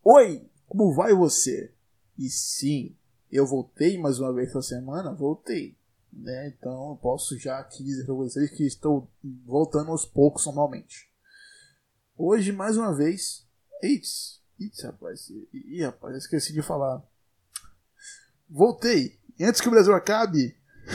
Oi, como vai você? E sim, eu voltei mais uma vez essa semana, voltei. Né? Então eu posso já aqui dizer para vocês que estou voltando aos poucos normalmente. Hoje, mais uma vez. Rapaz. Rapaz, esqueci de falar. Voltei! E antes que o Brasil acabe,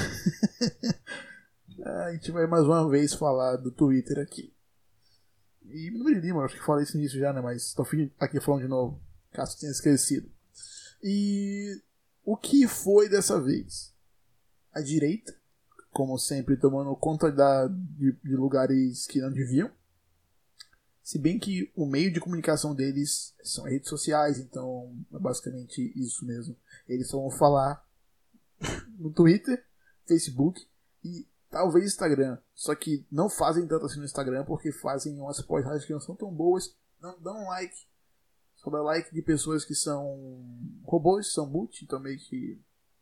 a gente vai mais uma vez falar do Twitter aqui. E não me lembro, acho que falei isso nisso já, né? Mas estou aqui falando de novo, caso tenha esquecido. E o que foi dessa vez? A direita, como sempre, tomando conta de lugares que não deviam. Se bem que o meio de comunicação deles são redes sociais, então é basicamente isso mesmo. Eles só vão falar no Twitter, Facebook e talvez Instagram. Só que não fazem tanto assim no Instagram porque fazem umas postagens que não são tão boas, não dão like. Só dá like de pessoas que são robôs, são boot, então meio que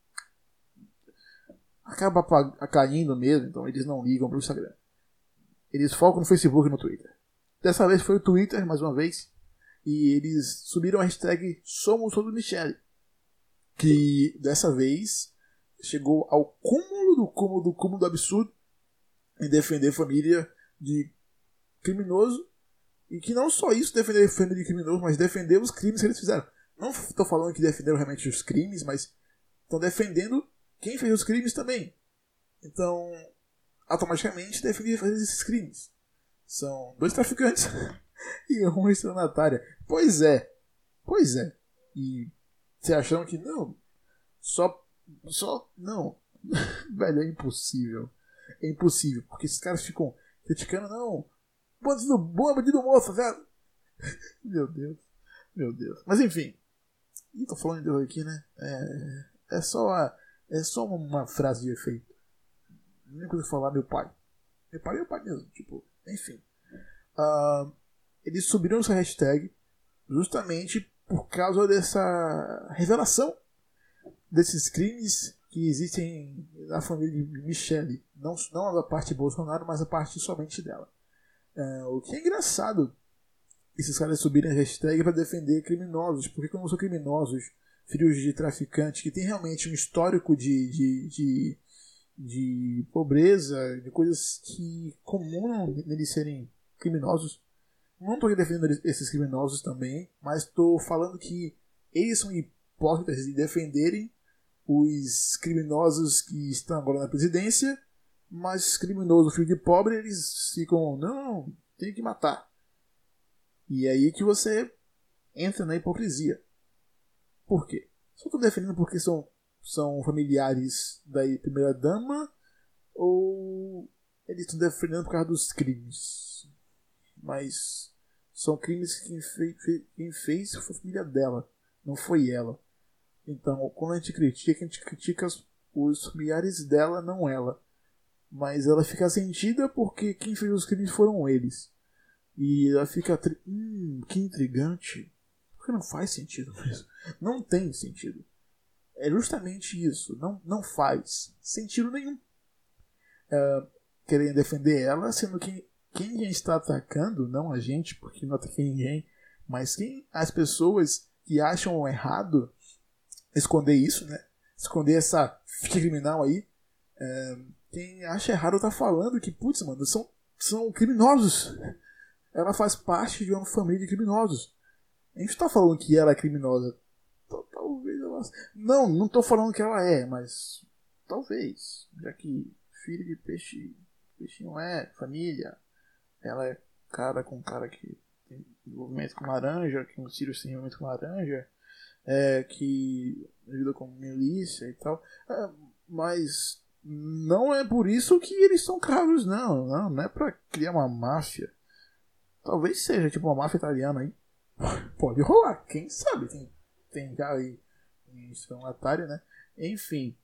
acaba caindo mesmo, então eles não ligam pro Instagram. Eles focam no Facebook e no Twitter. Dessa vez foi o Twitter, mais uma vez, e eles subiram a hashtag Somos Todos Michele, que dessa vez chegou ao cúmulo do absurdo em defender família de criminoso, e que não só isso, defender família de criminoso, mas defender os crimes que eles fizeram. Não estou falando que defenderam realmente os crimes, mas estão defendendo quem fez os crimes também. Então, automaticamente defendem fazer esses crimes. São 2 traficantes e uma estelionatária. Pois é. E você achando que não, só não. Velho, é impossível. É impossível, porque esses caras ficam criticando, não. Bandido bom, bandido moço, velho. Meu Deus. Mas enfim. E tô falando de Deus aqui, né? É só uma frase de efeito. Nem coisa falar meu pai. Meu pai é meu pai mesmo, tipo. Enfim. Eles subiram essa hashtag justamente por causa dessa revelação desses crimes que existem na família de Michele. Não da parte de Bolsonaro, mas a parte somente dela. O que é engraçado, esses caras subirem a hashtag para defender criminosos. Porque como são criminosos, filhos de traficantes, que tem realmente um histórico de pobreza, de coisas que comunam neles serem criminosos. Não estou defendendo esses criminosos também, mas estou falando que eles são hipócritas de defenderem os criminosos que estão agora na presidência, mas criminoso, filho de pobre, eles ficam, não, tem que matar. E é aí que você entra na hipocrisia. Por quê? Só estou defendendo porque são familiares da primeira dama ou eles estão defendendo por causa dos crimes? Mas são crimes que quem fez foi a família dela, não foi ela. Então, quando a gente critica os familiares dela, não ela. Mas ela fica sentida porque quem fez os crimes foram eles. E ela fica... que intrigante. Porque não faz sentido mesmo. Não tem sentido. É justamente isso. Não faz sentido nenhum. Querendo defender ela, sendo que quem a gente está atacando, não a gente, porque não ataquei ninguém, mas as pessoas que acham errado esconder isso, né? Esconder essa ficha criminal aí. Quem acha errado tá falando que, putz, mano, são criminosos. Ela faz parte de uma família de criminosos. A gente tá falando que ela é criminosa. Talvez ela... Não tô falando que ela é, mas talvez. Já que filho de peixinho é família. Ela é cara que tem envolvimento com laranja, que os filhos têm envolvimento com laranja, que ajuda com milícia e tal. Mas não é por isso que eles são caros, não é pra criar uma máfia. Talvez seja tipo uma máfia italiana aí. Pode rolar, quem sabe? Tem já aí estelionatário, né? Enfim.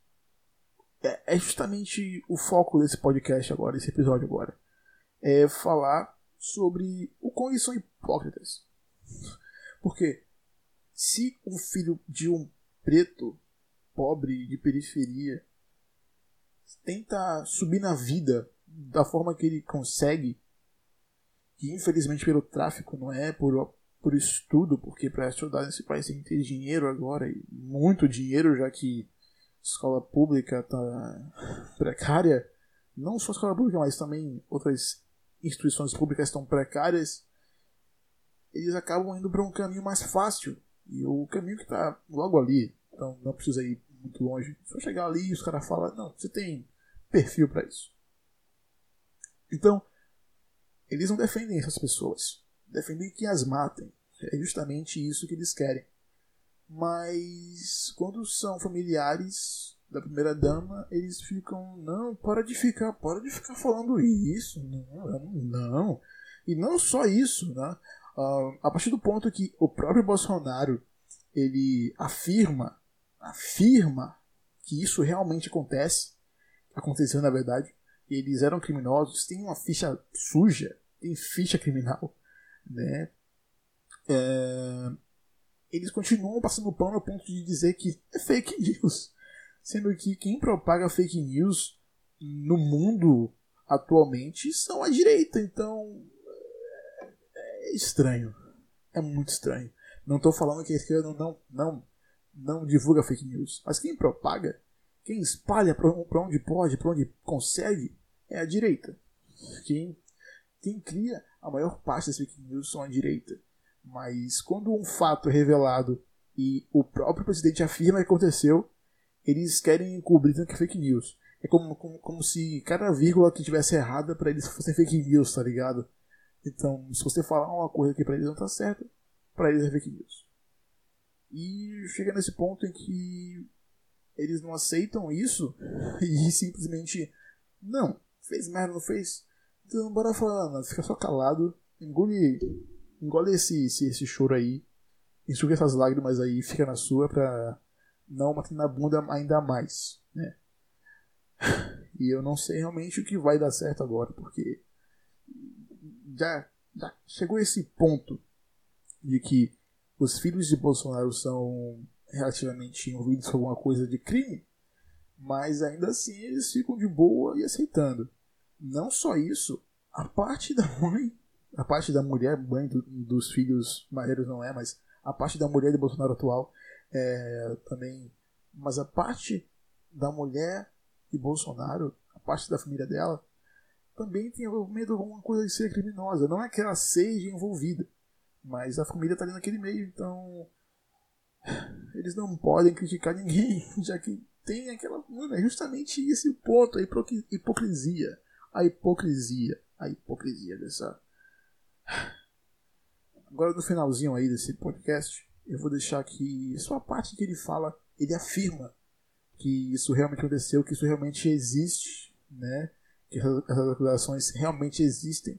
É justamente o foco desse podcast agora, desse episódio agora. É falar sobre o quão eles são hipócritas. Porque se um filho de um preto pobre de periferia tenta subir na vida da forma que ele consegue, que infelizmente pelo tráfico, não é por por estudo, porque para estudar nesse país tem que ter dinheiro agora, e muito dinheiro, já que a escola pública está precária. Não só a escola pública, mas também outras instituições públicas estão precárias. Eles acabam indo para um caminho mais fácil, e o caminho que está logo ali, então não precisa ir muito longe. Se eu chegar ali e os caras falam, não, você tem perfil para isso. Então, eles não defendem essas pessoas, defendem que as matem. É justamente isso que eles querem. Mas quando são familiares da primeira dama, eles ficam, não, para de ficar falando isso, não. E não só isso, né? A partir do ponto que o próprio Bolsonaro ele afirma que isso realmente aconteceu na verdade, eles eram criminosos, tem uma ficha suja, tem ficha criminal, né? Eles continuam passando pano ao ponto de dizer que é fake news, sendo que quem propaga fake news no mundo atualmente são a direita. Então é estranho, é muito estranho. Não estou falando que a esquerda não divulga fake news, mas quem propaga, quem espalha para onde pode, para onde consegue, é a direita. Quem cria a maior parte das fake news são a direita. Mas quando um fato é revelado e o próprio presidente afirma que aconteceu, eles querem encobrir tanto que é fake news. É como se cada vírgula que tivesse errada para eles fosse fake news, tá ligado? Então, se você falar uma coisa que para eles não tá certa, para eles é fake news. E chega nesse ponto em que eles não aceitam isso e simplesmente, não, fez merda, não fez? Então não bora falar nada, fica só calado, engole esse choro aí, enxuga essas lágrimas aí, fica na sua pra não bater na bunda ainda mais, né? E eu não sei realmente o que vai dar certo agora, porque já chegou esse ponto de que os filhos de Bolsonaro são relativamente envolvidos com alguma coisa de crime, mas ainda assim eles ficam de boa e aceitando. Não só isso, a parte da mulher, mãe dos filhos Marreiros não é, mas a parte da mulher de Bolsonaro atual também, mas a parte da mulher de Bolsonaro, a parte da família dela, também tem envolvimento com alguma coisa de ser criminosa. Não é que ela seja envolvida, mas a família está ali naquele meio, então eles não podem criticar ninguém, já que tem aquela... Mano, é justamente esse ponto, a hipocrisia. A hipocrisia dessa... Agora no finalzinho aí desse podcast, eu vou deixar que só a parte que ele fala, ele afirma que isso realmente aconteceu, que isso realmente existe, né? Que essas acusações realmente existem.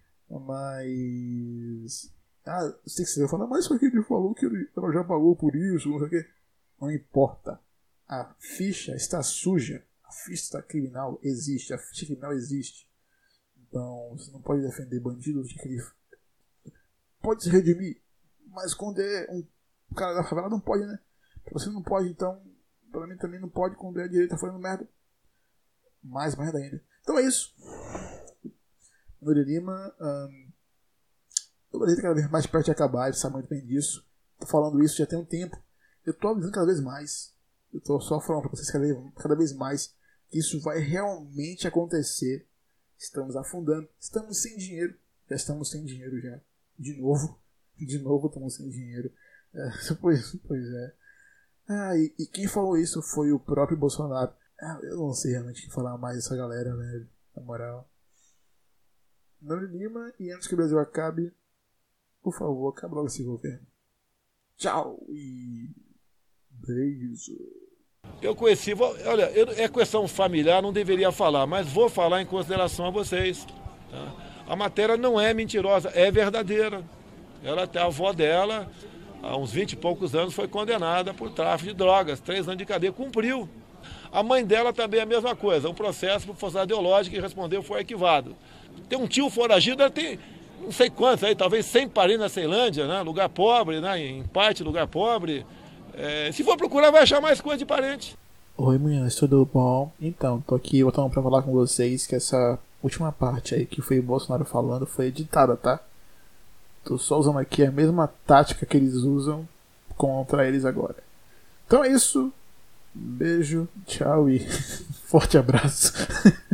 Mas... sei que você vai falar, mas só que ele falou que ela já pagou por isso, não sei o quê. Não importa. A ficha está suja. A ficha criminal existe. A ficha criminal existe. Então, você não pode defender bandidos de crime. Pode se redimir. Mas quando é um cara da favela, não pode, né? Pra você não pode, então... Pra mim também não pode quando é a direita fazendo merda. Mais merda ainda. Então é isso. Nuri Lima... Eu vou cada vez mais perto de acabar, ele sabe muito bem disso. Tô falando isso já tem um tempo. Eu tô avisando cada vez mais. Eu tô só falando pra vocês cada vez mais que isso vai realmente acontecer. Estamos afundando. Estamos sem dinheiro. Já estamos sem dinheiro já. De novo estamos sem dinheiro. Pois é. E quem falou isso foi o próprio Bolsonaro. Eu não sei realmente quem falar mais dessa galera, velho. Na moral. Nuri Lima, e antes que o Brasil acabe, por favor, acabe logo esse governo. Tchau e beijo. Eu conheci, olha, é questão familiar, não deveria falar, mas vou falar em consideração a vocês. Tá? A matéria não é mentirosa, é verdadeira. A avó dela, há uns 20 e poucos anos, foi condenada por tráfico de drogas, 3 anos de cadeia, cumpriu. A mãe dela também é a mesma coisa, um processo por força ideológica que respondeu foi arquivado. Tem um tio foragido, ela tem não sei quantos aí, talvez 100 parentes na Ceilândia, né? Lugar pobre, né? Em parte lugar pobre. Se for procurar, vai achar mais coisa de parente. Oi meninas, tudo bom? Então, tô aqui voltando pra falar com vocês que essa última parte aí que foi o Bolsonaro falando foi editada, tá? Tô só usando aqui a mesma tática que eles usam contra eles agora. Então é isso. Beijo, tchau e forte abraço.